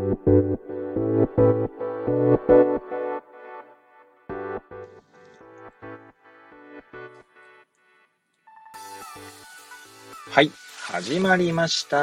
はい、始まりました。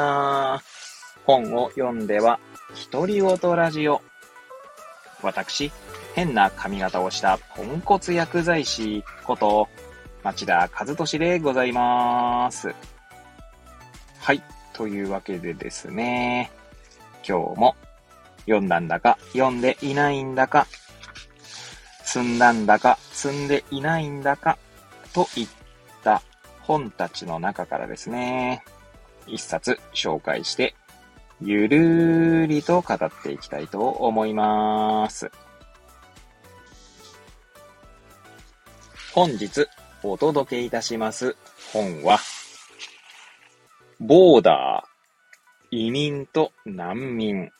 本を読んでは独り言ラジオ。私、変な髪型をしたポンコツ薬剤師こと町田和俊でございます。はい、というわけでですね、今日も読んだんだか読んでいないんだか、積んだんだか積んでいないんだかといった本たちの中からですね、一冊紹介してゆるーりと語っていきたいと思います。本日お届けいたします本は、ボーダー、移民と難民、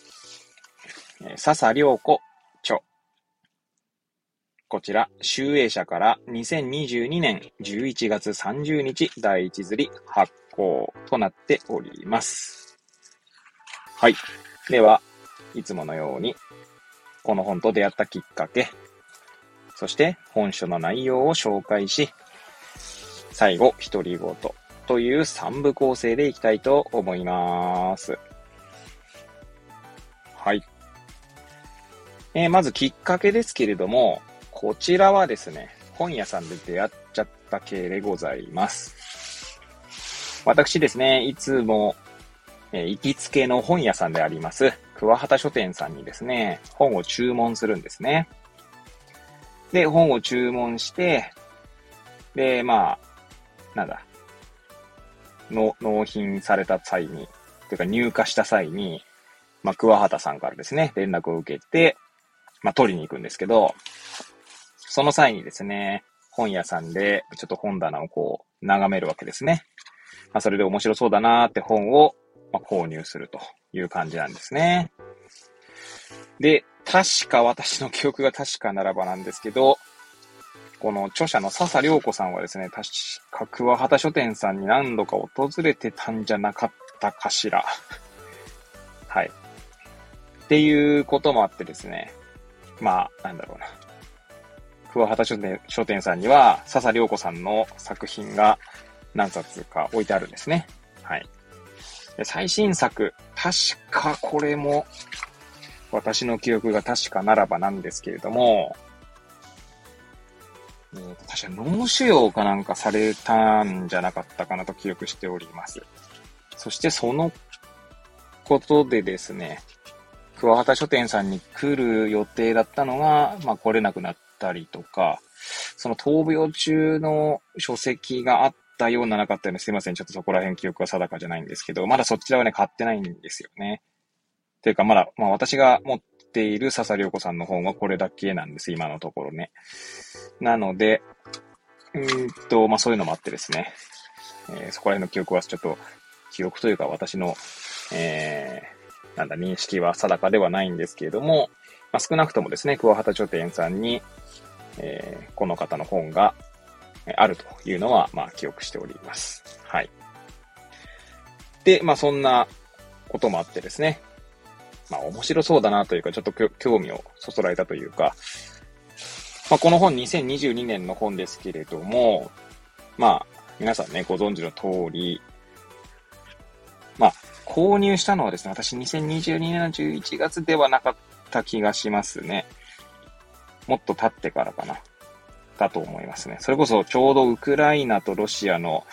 笹良子著。こちら、集英社から2022年11月30日第一釣り発行となっております。はい。では、いつものように、この本と出会ったきっかけ、そして本書の内容を紹介し、最後、独り言という3部構成でいきたいと思います。はい。まずきっかけですけれども、こちらはですね、本屋さんで出会っちゃった系でございます。私ですね、いつも、行きつけの本屋さんであります、桑畑書店さんにですね、本を注文するんですね。で、本を注文して、で、納品された際に、というか入荷した際に、桑畑さんからですね、連絡を受けて、取りに行くんですけど、その際にですね、本屋さんでちょっと本棚をこう眺めるわけですね。それで面白そうだなーって本を購入するという感じなんですね。で、確か私の記憶が確かならばなんですけど、この著者の笹良子さんはですね、確か桑畑書店さんに何度か訪れてたんじゃなかったかしら。はい。っていうこともあってですね、桑畑書店さんには笹良子さんの作品が何冊か置いてあるんですね。はい。で、最新作、確かこれも私の記憶が確かならばなんですけれども、確か脳腫瘍かなんかされたんじゃなかったかなと記憶しております。そしてそのことでですね、桑畑書店さんに来る予定だったのが、来れなくなったりとか、その闘病中の書籍があったようななかったような、すいません、ちょっとそこら辺記憶は定かじゃないんですけど、まだそちらはね、買ってないんですよね。ていうか、私が持っている笹良子さんの本はこれだけなんです、今のところね。なので、そういうのもあってですね、そこら辺の記憶はちょっと、記憶というか私の、認識は定かではないんですけれども、少なくともですね、桑畑書店さんに、この方の本があるというのは、記憶しております。はい。で、そんなこともあってですね、面白そうだなというか、ちょっと興味をそそられたというか、この本2022年の本ですけれども、皆さんね、ご存知の通り、購入したのはですね、私2022年の11月ではなかった気がしますね。もっと経ってからかな。だと思いますね。それこそちょうどウクライナとロシアの、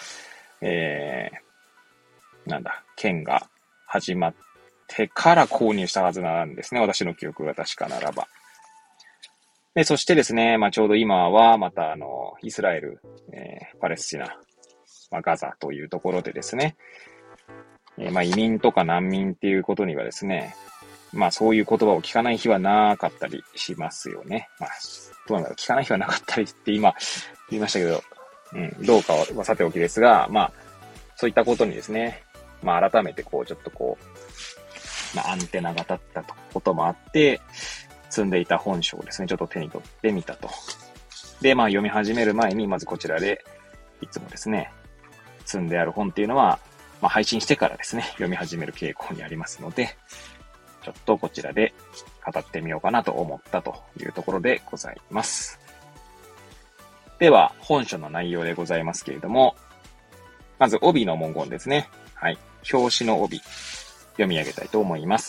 剣が始まってから購入したはずなんですね。私の記憶が確かならば。で、そしてですね、ちょうど今はまたイスラエル、パレスチナ、ガザというところでですね、移民とか難民っていうことにはですね、そういう言葉を聞かない日はなかったりしますよね。どうなんだろう、聞かない日はなかったりって今言いましたけど、どうかはさておきですが、そういったことにですね、改めてちょっとアンテナが立ったこともあって、積んでいた本書をですね、ちょっと手に取ってみたと。で、読み始める前に、まずこちらで、いつもですね、積んである本っていうのは、配信してからですね、読み始める傾向にありますので、 ちょっとこちらで語ってみようかなと思ったというところでございます。では、本書の内容でございますけれども、まず帯の文言ですね。はい。表紙の帯、読み上げたいと思います。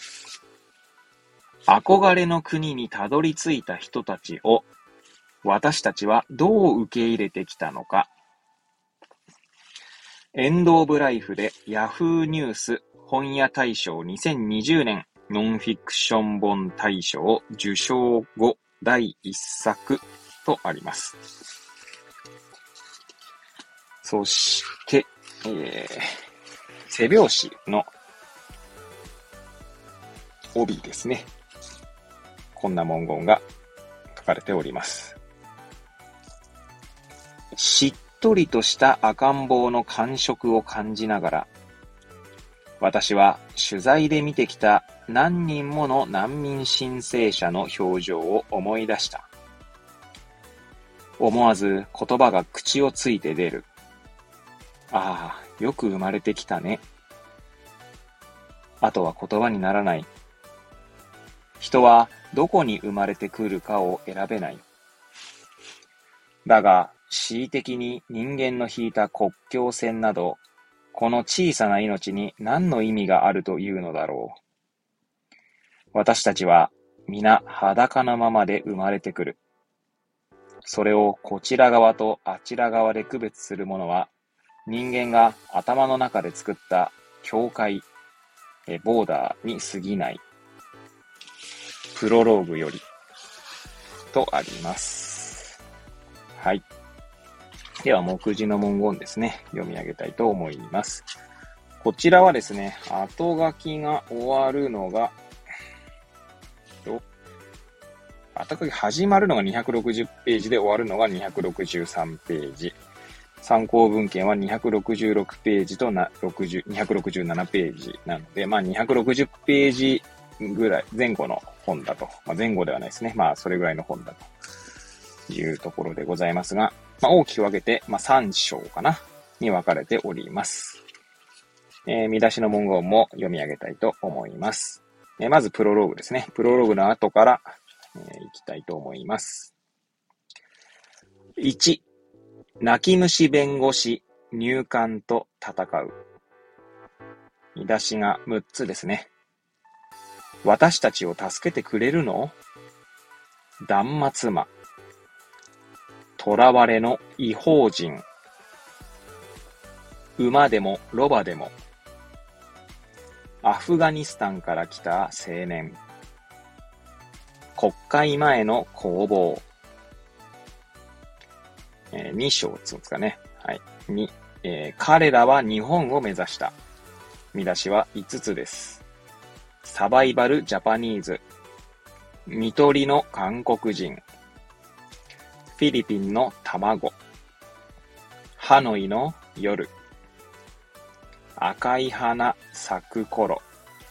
憧れの国にたどり着いた人たちを、私たちはどう受け入れてきたのか。エンド・オブ・ライフで Yahoo ニュース本屋大賞2020年ノンフィクション本大賞受賞後第1作とあります。そして、背表紙の帯ですね。こんな文言が書かれております。しっとりとした赤ん坊の感触を感じながら、私は取材で見てきた何人もの難民申請者の表情を思い出した。思わず言葉が口をついて出る。ああ、よく生まれてきたね。あとは言葉にならない。人はどこに生まれてくるかを選べない。だが、恣意的に人間の引いた国境線など、この小さな命に何の意味があるというのだろう。私たちは皆裸のままで生まれてくる。それをこちら側とあちら側で区別するものは、人間が頭の中で作った境界、ボーダーに過ぎない。プロローグよりとあります。はい。では、目次の文言ですね。読み上げたいと思います。こちらはですね、後書きが終わるのが、後書き始まるのが260ページで終わるのが263ページ。参考文献は266ページと267ページなので、260ページぐらい、前後の本だと。前後ではないですね。それぐらいの本だというところでございますが、大きく分けて、3章かなに分かれております。見出しの文言も読み上げたいと思います。まずプロローグですね。プロローグの後から、いきたいと思います。1、泣き虫弁護士入管と戦う。見出しが6つですね。私たちを助けてくれるの？断末魔。囚われの異邦人。馬でもロバでも。アフガニスタンから来た青年。国会前の攻防。2章つうんですかね。はい。2、彼らは日本を目指した。見出しは5つです。サバイバルジャパニーズ。看取りの韓国人。フィリピンの卵。ハノイの夜。赤い花咲く頃。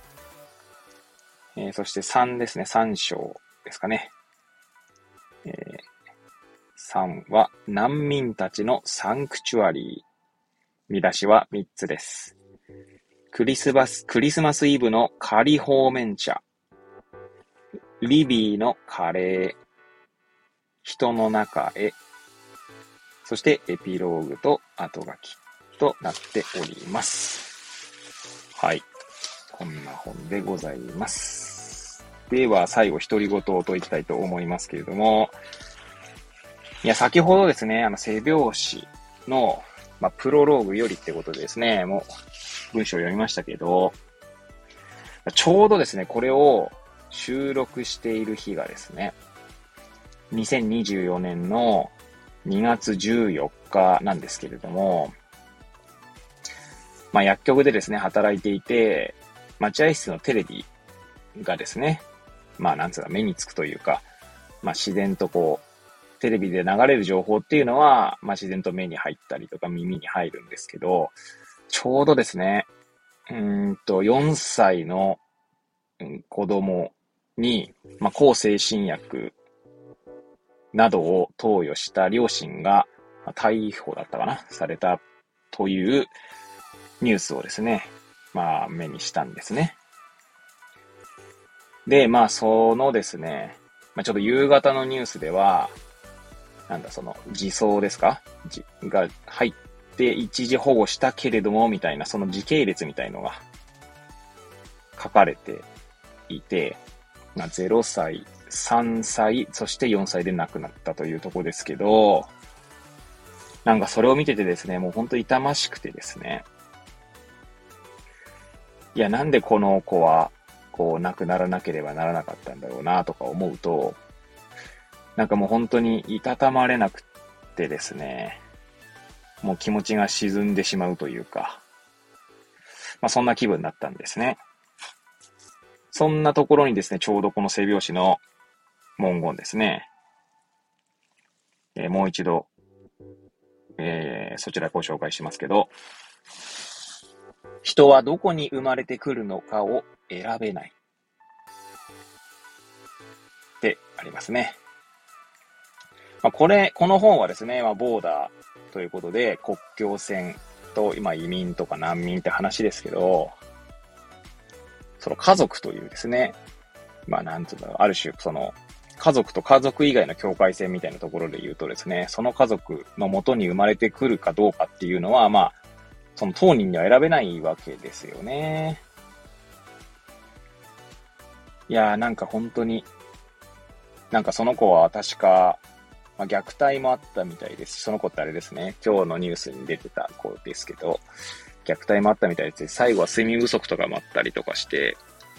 そして3ですね。3章ですかね。3は難民たちのサンクチュアリー。見出しは3つです。クリスマスイブの仮放免茶。リビーのカレー。人の中へ。そしてエピローグと後書きとなっております。はい。こんな本でございます。では最後独り言といきたいと思いますけれども、先ほどですね、背表紙の、プロローグよりってことでですね、もう文章を読みましたけど、ちょうどですね、これを収録している日がですね、2024年の2月14日なんですけれども、薬局でですね、働いていて、待合室のテレビがですね、目につくというか、自然とテレビで流れる情報っていうのは、自然と目に入ったりとか耳に入るんですけど、ちょうどですね、4歳の子供に、向精神薬などを投与した両親が逮捕だったかなされたというニュースをですね、目にしたんですね。 で、まあ、そのですね、まあ、ちょっと夕方のニュースでは、児相ですかが入って一時保護したけれども、みたいな、その時系列みたいのが書かれていて、まあ、0歳、3歳、そして4歳で亡くなったというところですけど、なんかそれを見ててですね、もうほんと痛ましくてですね、いや、なんでこの子は、こう、亡くならなければならなかったんだろうな、とか思うと、なんかもう本当にいたたまれなくってですね、もう気持ちが沈んでしまうというか、まあそんな気分だったんですね。そんなところにですね、ちょうどこの背拍子の文言ですね、もう一度、そちらご紹介しますけど、人はどこに生まれてくるのかを選べない。ってありますね。まあ、この本はですね、まあ、ボーダーということで、国境線と今移民とか難民って話ですけど、その家族というですね、まあなんつうんだろう、ある種その家族と家族以外の境界線みたいなところで言うとですね、その家族の元に生まれてくるかどうかっていうのは、まあ、その当人には選べないわけですよね。いやーなんか本当に、なんかその子は確か、まあ、虐待もあったみたいです。その子ってあれですね。今日のニュースに出てた子ですけど、虐待もあったみたいです。最後は睡眠不足とかもあったりとかして、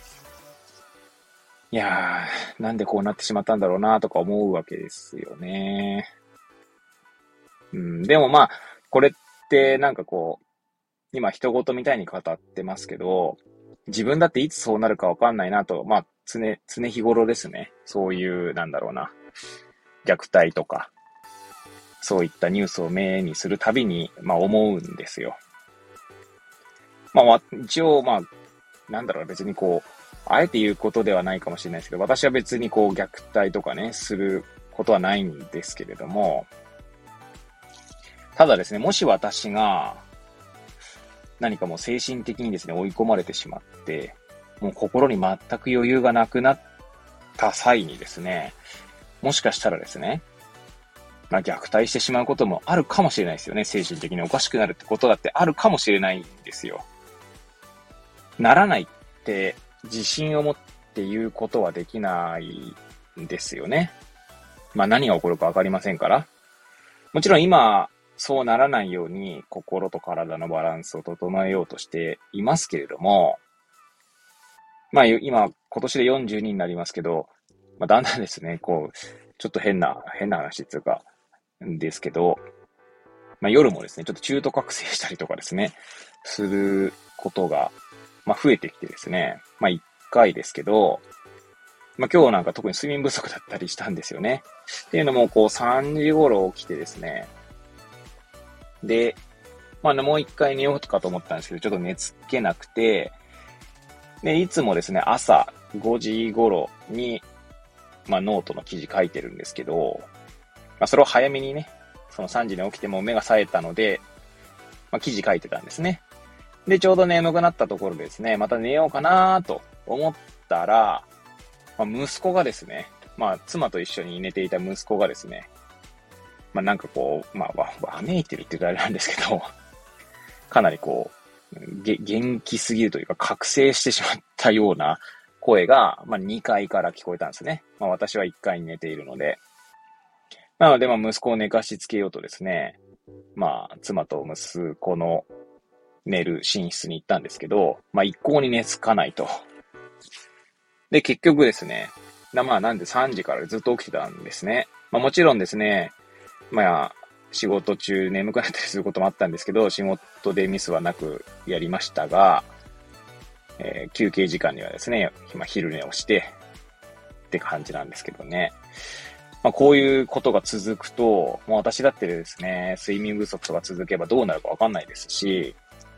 いやー、なんでこうなってしまったんだろうなとか思うわけですよね。うん、でもまあ、これってなんかこう、今人事みたいに語ってますけど、自分だっていつそうなるかわかんないなと、まあ、常日頃ですね。そういう、なんだろうな、虐待とか、そういったニュースを目にするたびに、まあ思うんですよ。まあ、一応、まあ、なんだろう、別にこう、あえて言うことではないかもしれないですけど、私は別にこう、虐待とかね、することはないんですけれども、ただですね、もし私が、何かもう精神的にですね、追い込まれてしまって、もう心に全く余裕がなくなった際にですね、もしかしたらですね、まあ、虐待してしまうこともあるかもしれないですよね。精神的におかしくなるってことだってあるかもしれないんですよ。ならないって自信を持って言うことはできないんですよね。まあ何が起こるかわかりませんから。もちろん今、そうならないように心と体のバランスを整えようとしていますけれども、まあ今年で42になりますけど、まあだんだんですね、こう、ちょっと変な話っていうか、ですけど、まあ夜もですね、ちょっと中途覚醒したりとかですね、することが、まあ増えてきてですね、まあ一回ですけど、まあ今日なんか特に睡眠不足だったりしたんですよね。っていうのも、こう3時頃起きてですね、で、まあね、もう一回寝ようとかと思ったんですけど、ちょっと寝つけなくて、で、いつもですね、朝5時頃に、まあノートの記事書いてるんですけど、まあそれを早めにね、その3時に起きても目が冴えたので、まあ記事書いてたんですね。で、ちょうど眠くなったところでですね、また寝ようかなと思ったら、まあ、息子がですね、まあ妻と一緒に寝ていた息子がですね、まあなんかこう、まあわめいてるって言うとあれなんですけど、かなりこう、元気すぎるというか覚醒してしまったような声が、まあ2階から聞こえたんですね。まあ私は1階に寝ているので。なのでまあ息子を寝かしつけようとですね、まあ妻と息子の寝る寝室に行ったんですけど、まあ一向に寝つかないと。で、結局ですね、まあなんで3時からずっと起きてたんですね。まあもちろんですね、まあ仕事中眠くなったりすることもあったんですけど、仕事でミスはなくやりましたが、休憩時間にはですね、今昼寝をしてって感じなんですけどね。まあこういうことが続くと、もう私だってですね、睡眠不足とか続けばどうなるかわかんないですし、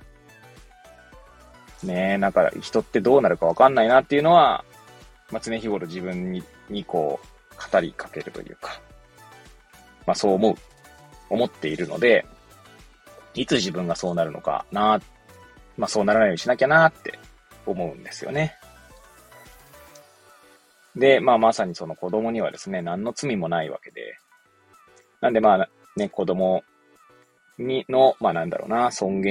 ねえ、なんか人ってどうなるかわかんないなっていうのは、まあ、常日頃自分にこう、語りかけるというか、まあそう思っているので、いつ自分がそうなるのかな、まあそうならないようにしなきゃなって思うんですよね。 で、まさにその子供にはですね、何の罪もないわけで、なんで子供なんだろうな、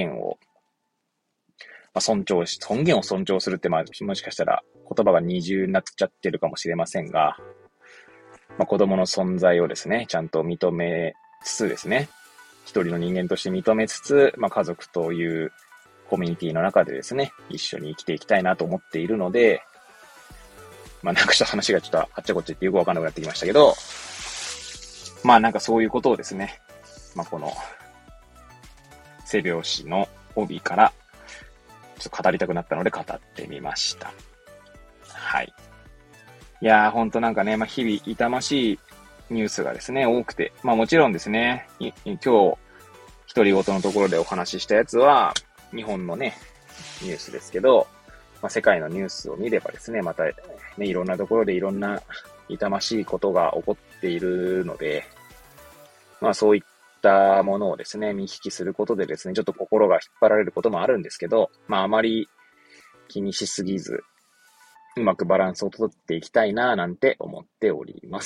尊厳を尊重するってもしかしたら言葉が二重になっちゃってるかもしれませんが、子供の存在をですね、ちゃんと認めつつですね、一人の人間として認めつつ、家族というコミュニティの中でですね、一緒に生きていきたいなと思っているので、なんかちょっと話がちょっとあっちゃこっちゃってよくわかんなくなってきましたけど、なんかそういうことをですね、この背拍子の帯からちょっと語りたくなったので語ってみました。はい。いやー、ほんとなんかね、日々痛ましいニュースがですね、多くて、もちろんですね、今日、独り言のところでお話ししたやつは、日本のね、ニュースですけど、世界のニュースを見ればですね、またね、いろんなところでいろんな痛ましいことが起こっているので、そういったものをですね、見聞きすることでですね、ちょっと心が引っ張られることもあるんですけど、あまり気にしすぎず、うまくバランスをとっていきたいななんて思っております。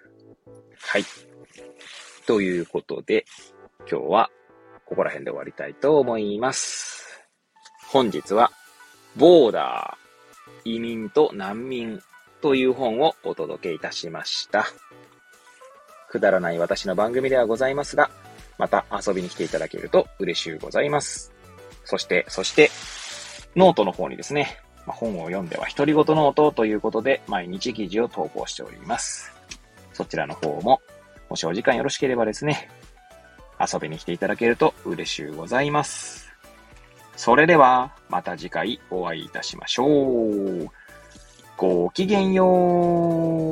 はい。ということで、今日はここら辺で終わりたいと思います。本日は、ボーダー、移民と難民という本をお届けいたしました。くだらない私の番組ではございますが、また遊びに来ていただけると嬉しゅうございます。そして、ノートの方にですね、本を読んでは独り言ノートということで、毎日記事を投稿しております。そちらの方も、もしお時間よろしければですね、遊びに来ていただけると嬉しゅうございます。それでは、また次回お会いいたしましょう。ごきげんよう。